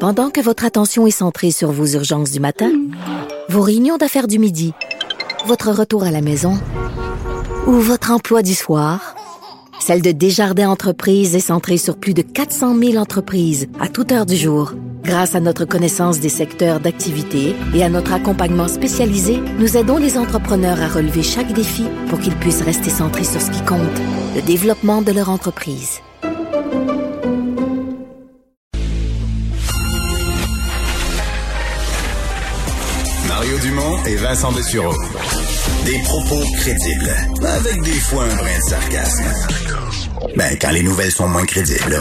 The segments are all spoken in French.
Pendant que votre attention est centrée sur vos urgences du matin, vos réunions d'affaires du midi, votre retour à la maison ou votre emploi du soir, celle de Desjardins Entreprises est centrée sur plus de 400 000 entreprises à toute heure du jour. Grâce à notre connaissance des secteurs d'activité et à notre accompagnement spécialisé, nous aidons les entrepreneurs à relever chaque défi pour qu'ils puissent rester centrés sur ce qui compte, le développement de leur entreprise. Mario Dumont et Vincent Dessureau. Des propos crédibles, avec des fois un brin de sarcasme. Ben, quand les nouvelles sont moins crédibles.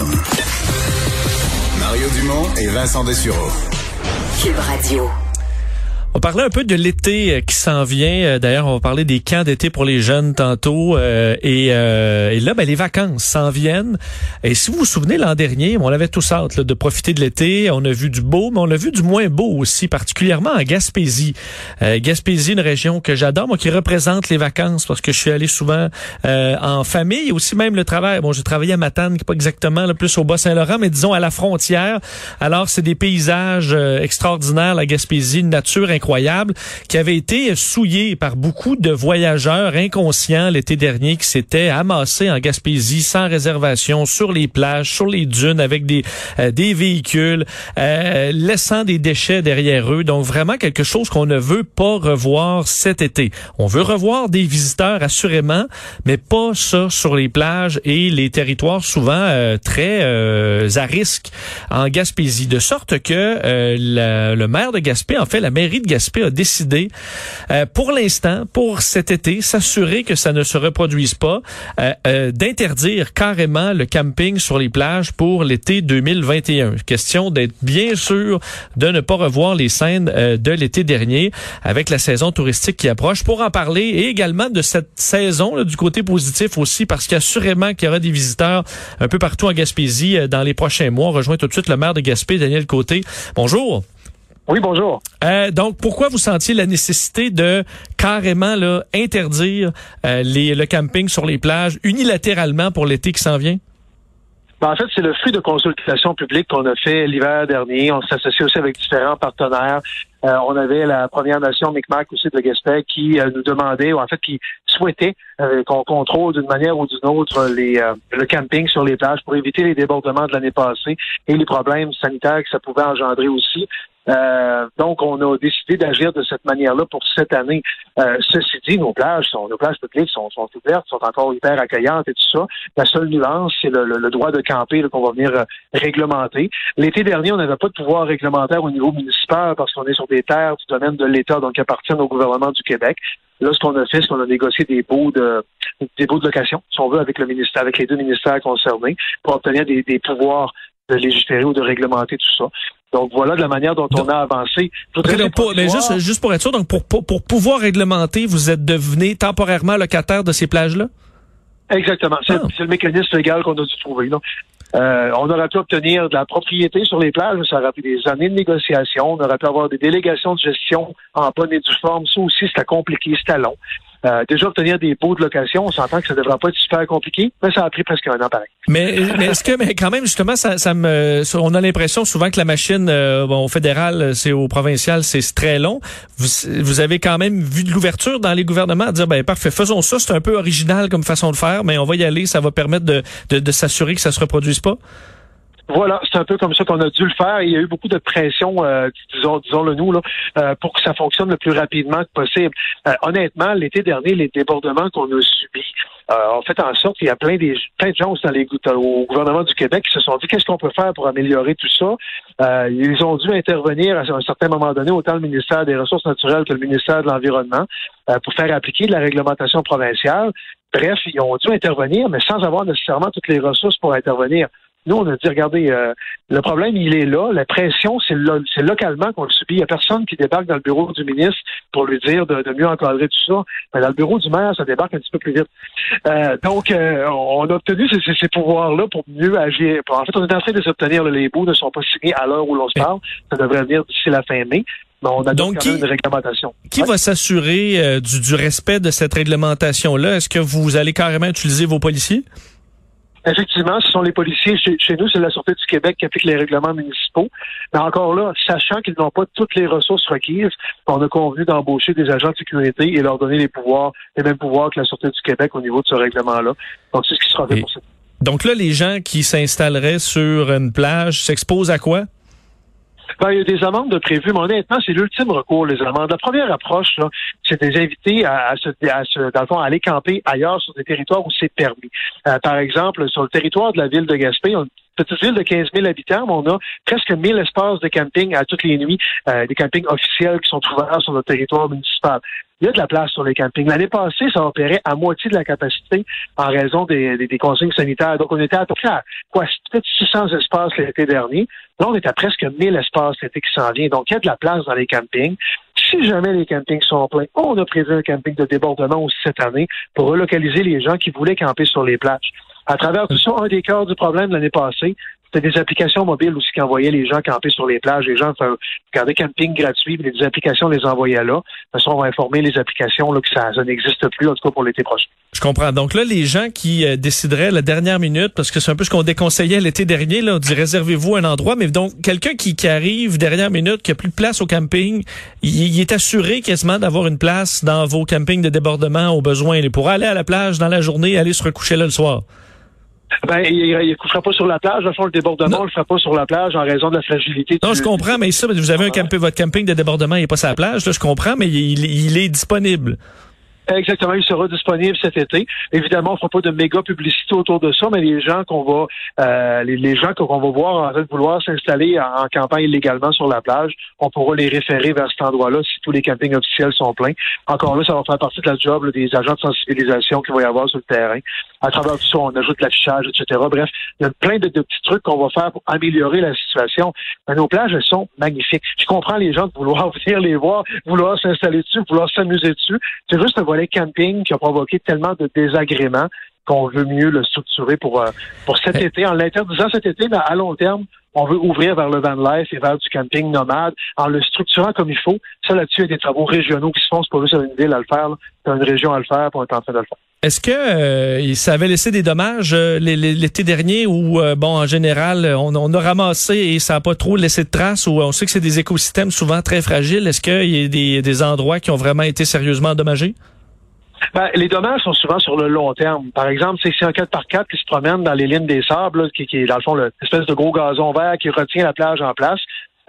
Mario Dumont et Vincent Dessureau. Cube Radio. On parlait un peu de l'été qui s'en vient. D'ailleurs, on va parler des camps d'été pour les jeunes tantôt. Et là, les vacances s'en viennent. Et si vous vous souvenez, l'an dernier, on avait tous hâte de profiter de l'été. On a vu du beau, mais on a vu du moins beau aussi, particulièrement en Gaspésie. Gaspésie, une région que j'adore, moi, qui représente les vacances parce que je suis allé souvent en famille. Et aussi même le travail. Bon, j'ai travaillé à Matane, qui est pas exactement là, plus au Bas-Saint-Laurent, mais disons à la frontière. Alors, c'est des paysages extraordinaires, la Gaspésie, une nature incroyable, qui avait été souillé par beaucoup de voyageurs inconscients l'été dernier qui s'étaient amassés en Gaspésie sans réservation sur les plages, sur les dunes avec des véhicules, laissant des déchets derrière eux. Donc vraiment quelque chose qu'on ne veut pas revoir cet été. On veut revoir des visiteurs assurément, mais pas ça sur les plages et les territoires souvent très à risque en Gaspésie. De sorte que le maire de Gaspé, en fait la mairie de Gaspé a décidé, pour l'instant, pour cet été, s'assurer que ça ne se reproduise pas, d'interdire carrément le camping sur les plages pour l'été 2021. Question d'être bien sûr de ne pas revoir les scènes de l'été dernier avec la saison touristique qui approche. Pour en parler et également de cette saison là, du côté positif aussi, parce qu'assurément qu'il y aura des visiteurs un peu partout en Gaspésie dans les prochains mois. On rejoint tout de suite le maire de Gaspé, Daniel Côté. Bonjour. Oui, bonjour. Donc, pourquoi vous sentiez la nécessité de carrément là, interdire le camping sur les plages unilatéralement pour l'été qui s'en vient? En fait, c'est le fruit de consultations publiques qu'on a fait l'hiver dernier. On s'associe aussi avec différents partenaires. On avait la Première Nation Mi'kmaq aussi de Gaspé qui nous demandait, ou en fait qui souhaitait qu'on contrôle d'une manière ou d'une autre le camping sur les plages pour éviter les débordements de l'année passée et les problèmes sanitaires que ça pouvait engendrer aussi. Donc, on a décidé d'agir de cette manière-là pour cette année. Ceci dit, nos plages publiques sont ouvertes, sont encore hyper accueillantes et tout ça. La seule nuance, c'est le droit de camper là, qu'on va venir réglementer. L'été dernier, on n'avait pas de pouvoir réglementaire au niveau municipal parce qu'on est sur des terres du domaine de l'État, donc qui appartiennent au gouvernement du Québec. Là, ce qu'on a fait, c'est qu'on a négocié des baux de location, si on veut, avec le ministère, avec les deux ministères concernés, pour obtenir des pouvoirs de légiférer ou de réglementer tout ça. Donc, voilà de la manière dont on a avancé. Mais juste pour être sûr, donc pour pouvoir réglementer, vous êtes devenu temporairement locataire de ces plages-là? Exactement. C'est le mécanisme légal qu'on a dû trouver. Là. On aurait pu obtenir de la propriété sur les plages, mais ça aurait pris des années de négociation. On aurait pu avoir des délégations de gestion en bonne et due forme. Ça aussi, c'était compliqué, c'était long. Déjà, obtenir des baux de location, on s'entend que ça ne devrait pas être super compliqué, mais ça a pris presque un an pareil. Mais est-ce que, mais quand même, justement, on a l'impression souvent que la machine, au fédéral, c'est au provincial, c'est très long. Vous avez quand même vu de l'ouverture dans les gouvernements à dire, parfait, faisons ça, c'est un peu original comme façon de faire, mais on va y aller, ça va permettre de s'assurer que ça se reproduise pas? Voilà, c'est un peu comme ça qu'on a dû le faire. Il y a eu beaucoup de pression, disons-le nous, là, pour que ça fonctionne le plus rapidement que possible. Honnêtement, l'été dernier, les débordements qu'on a subis ont fait en sorte qu'il y a plein de gens au gouvernement du Québec qui se sont dit qu'est-ce qu'on peut faire pour améliorer tout ça. Ils ont dû intervenir à un certain moment donné, autant le ministère des Ressources naturelles que le ministère de l'Environnement, pour faire appliquer de la réglementation provinciale. Bref, ils ont dû intervenir, mais sans avoir nécessairement toutes les ressources pour intervenir. Nous, on a dit, regardez, le problème, il est là. La pression, c'est localement qu'on le subit. Il n'y a personne qui débarque dans le bureau du ministre pour lui dire de mieux encadrer tout ça. Mais dans le bureau du maire, ça débarque un petit peu plus vite. Donc, on a obtenu ces pouvoirs-là pour mieux agir. En fait, on est en train de les obtenir. Les baux ne sont pas signés à l'heure où l'on se parle. Ça devrait venir d'ici la fin mai. Mais on a donc quand même une réglementation. Qui va s'assurer du respect de cette réglementation-là? Est-ce que vous allez carrément utiliser vos policiers? Effectivement, ce sont les policiers. Chez nous, c'est la Sûreté du Québec qui applique les règlements municipaux. Mais encore là, sachant qu'ils n'ont pas toutes les ressources requises, on a convenu d'embaucher des agents de sécurité et leur donner les mêmes pouvoirs que la Sûreté du Québec au niveau de ce règlement-là. Donc, c'est ce qui sera fait pour ça. Donc là, les gens qui s'installeraient sur une plage s'exposent à quoi? Ben, il y a des amendes de prévues, mais honnêtement, c'est l'ultime recours, les amendes. La première approche, là, c'est de les inviter dans le fond, à aller camper ailleurs sur des territoires où c'est permis. Par exemple, sur le territoire de la ville de Gaspé, petite ville de 15 000 habitants, mais on a presque 1000 espaces de camping à toutes les nuits, des campings officiels qui sont ouverts sur notre territoire municipal. Il y a de la place sur les campings. L'année passée, ça opérait à moitié de la capacité en raison des consignes sanitaires. Donc, on était à peu près à peut-être 600 espaces l'été dernier. Là, on est à presque 1000 espaces l'été qui s'en vient. Donc, il y a de la place dans les campings. Si jamais les campings sont pleins, on a prévu un camping de débordement aussi cette année pour relocaliser les gens qui voulaient camper sur les plages. À travers tout ça, un des cœurs du problème de l'année passée, c'était des applications mobiles aussi qui envoyaient les gens camper sur les plages. Les gens regardaient camping gratuit, puis des applications les envoyaient là. De toute façon, on va informer les applications là, que ça n'existe plus, en tout cas pour l'été prochain. Je comprends. Donc là, les gens qui décideraient la dernière minute, parce que c'est un peu ce qu'on déconseillait l'été dernier, là, on dit réservez-vous un endroit, mais donc quelqu'un qui arrive dernière minute, qui a plus de place au camping, il est assuré quasiment d'avoir une place dans vos campings de débordement au besoin. Il pourra aller à la plage dans la journée, aller se recoucher là le soir. Ben, il ne couchera pas sur la plage. De fond, le débordement, on le fera pas sur la plage en raison de la fragilité. Non, je comprends, mais ça, vous avez votre camping de débordement, il n'est pas sur la plage, là, je comprends, mais il est disponible. Exactement, il sera disponible cet été. Évidemment, on ne fera pas de méga publicité autour de ça, mais les gens qu'on va les gens qu'on va voir en train de vouloir s'installer en campant illégalement sur la plage, on pourra les référer vers cet endroit-là si tous les campings officiels sont pleins. Encore là, ça va faire partie de la job là, des agents de sensibilisation qu'il va y avoir sur le terrain. À travers tout ça, on ajoute de l'affichage, etc. Bref, il y a plein de petits trucs qu'on va faire pour améliorer la situation. Mais nos plages, elles sont magnifiques. Je comprends les gens de vouloir venir les voir, vouloir s'installer dessus, vouloir s'amuser dessus. C'est juste un volet camping qui a provoqué tellement de désagréments qu'on veut mieux le structurer pour cet été. En l'interdisant cet été, mais à long terme, on veut ouvrir vers le van life et vers du camping nomade en le structurant comme il faut. Ça, là-dessus, il y a des travaux régionaux qui se font. C'est pas juste une ville à le faire. C'est une région à le faire, puis on est en train de le faire. Est-ce que ça avait laissé des dommages l'été dernier où, en général, on a ramassé et ça n'a pas trop laissé de traces, où on sait que c'est des écosystèmes souvent très fragiles. Est-ce qu'il y a des endroits qui ont vraiment été sérieusement endommagés? Ben, les dommages sont souvent sur le long terme. Par exemple, c'est un 4x4 qui se promène dans les lignes des sables, là, qui est dans le fond l'espèce de gros gazon vert qui retient la plage en place.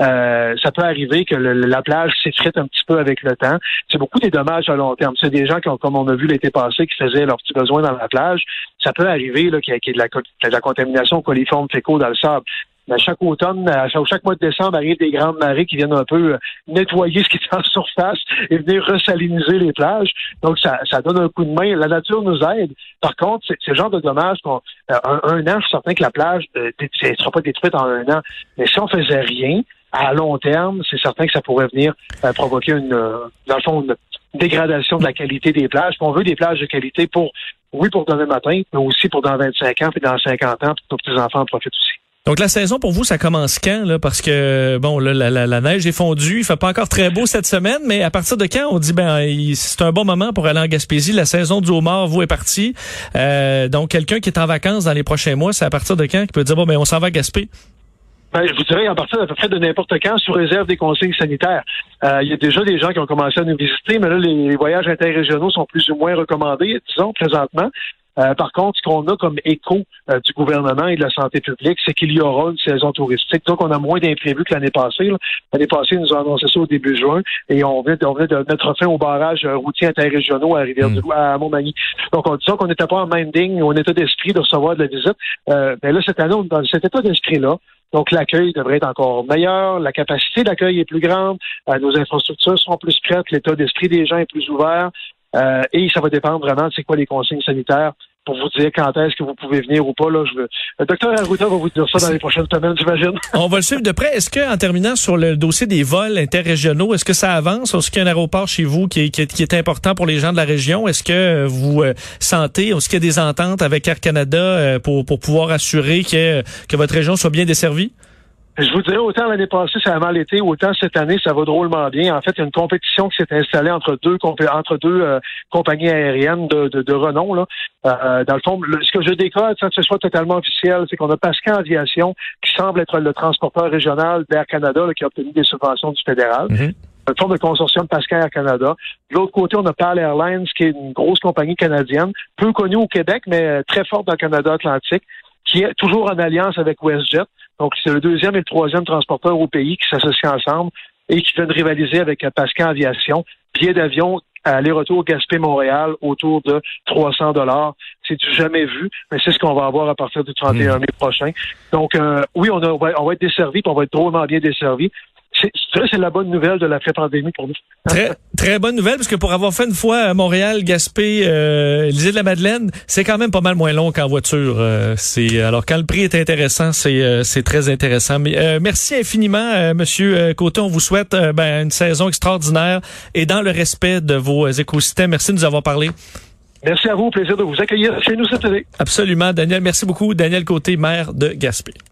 Ça peut arriver que la plage s'effrite un petit peu avec le temps. C'est beaucoup des dommages à long terme. C'est des gens qui ont, comme on a vu l'été passé, qui faisaient leurs petits besoins dans la plage. Ça peut arriver là, qu'il y ait de la contamination coliformes fécaux dans le sable. Mais chaque automne, chaque mois de décembre, arrivent des grandes marées qui viennent un peu nettoyer ce qui est en surface et venir resaliniser les plages. Donc, ça donne un coup de main. La nature nous aide. Par contre, c'est le genre de dommage un an, je suis certain que la plage ne sera pas détruite en un an. Mais si on faisait rien, à long terme, c'est certain que ça pourrait venir provoquer une dégradation de la qualité des plages. Puis on veut des plages de qualité pour demain matin, mais aussi pour dans 25 ans, puis dans 50 ans, pour que nos petits-enfants en profitent aussi. Donc la saison pour vous, ça commence quand là? Parce que la neige est fondue, il fait pas encore très beau cette semaine, mais à partir de quand on dit c'est un bon moment pour aller en Gaspésie? La saison du homard, vous, est partie. Donc quelqu'un qui est en vacances dans les prochains mois, c'est à partir de quand qu'il peut dire on s'en va à Gaspé? Ben, je vous dirais à partir d'à peu près de n'importe quand, sous réserve des consignes sanitaires. Il y a déjà des gens qui ont commencé à nous visiter, mais là, les voyages interrégionaux sont plus ou moins recommandés, disons, présentement. Par contre, ce qu'on a comme écho du gouvernement et de la santé publique, c'est qu'il y aura une saison touristique. Donc, on a moins d'imprévus que l'année passée. Là. L'année passée, ils nous ont annoncé ça au début juin et on venait de mettre fin aux barrages routiers interrégionaux à Rivière-du-Loup, à Montmagny. Donc, disons qu'on n'était pas en minding ou en état d'esprit de recevoir de la visite. Mais là, cette année, on est dans cet état d'esprit-là. Donc, l'accueil devrait être encore meilleur, la capacité d'accueil est plus grande, nos infrastructures seront plus prêtes, l'état d'esprit des gens est plus ouvert, et ça va dépendre vraiment de c'est quoi les consignes sanitaires pour vous dire quand est-ce que vous pouvez venir ou pas. Là, le docteur Arruda va vous dire ça dans les prochaines semaines, j'imagine. On va le suivre de près. Est-ce que, en terminant sur le dossier des vols interrégionaux, est-ce que ça avance? Est-ce qu'il y a un aéroport chez vous qui est important pour les gens de la région? Est-ce que vous sentez, est-ce qu'il y a des ententes avec Air Canada pour pouvoir assurer que votre région soit bien desservie? Je vous dirais, autant l'année passée, ça a mal été, autant cette année, ça va drôlement bien. En fait, il y a une compétition qui s'est installée entre deux compagnies aériennes de renom. Là. Dans le fond, ce que je décode, sans que ce soit totalement officiel, c'est qu'on a Pascan Aviation, qui semble être le transporteur régional d'Air Canada, là, qui a obtenu des subventions du fédéral. Mm-hmm. Une forme de consortium Pascan Air Canada. De l'autre côté, on a PAL Airlines, qui est une grosse compagnie canadienne, peu connue au Québec, mais très forte dans le Canada Atlantique, qui est toujours en alliance avec WestJet. Donc, c'est le deuxième et le troisième transporteur au pays qui s'associent ensemble et qui viennent rivaliser avec Pascan Aviation. Billet d'avion aller-retour Gaspé-Montréal autour de 300 $. C'est du jamais vu, mais c'est ce qu'on va avoir à partir du 31 mai prochain. Donc, oui, on va être desservi, puis on va être drôlement bien desservi. C'est la bonne nouvelle de l'après-pandémie pour nous. Très, très bonne nouvelle, parce que pour avoir fait une fois Montréal, Gaspé, les Îles-de-la-Madeleine, c'est quand même pas mal moins long qu'en voiture. Alors quand le prix est intéressant, c'est très intéressant. Mais merci infiniment, Monsieur Côté. On vous souhaite une saison extraordinaire et dans le respect de vos écosystèmes. Merci de nous avoir parlé. Merci à vous, plaisir de vous accueillir chez nous cette année. Absolument, Daniel. Merci beaucoup, Daniel Côté, maire de Gaspé.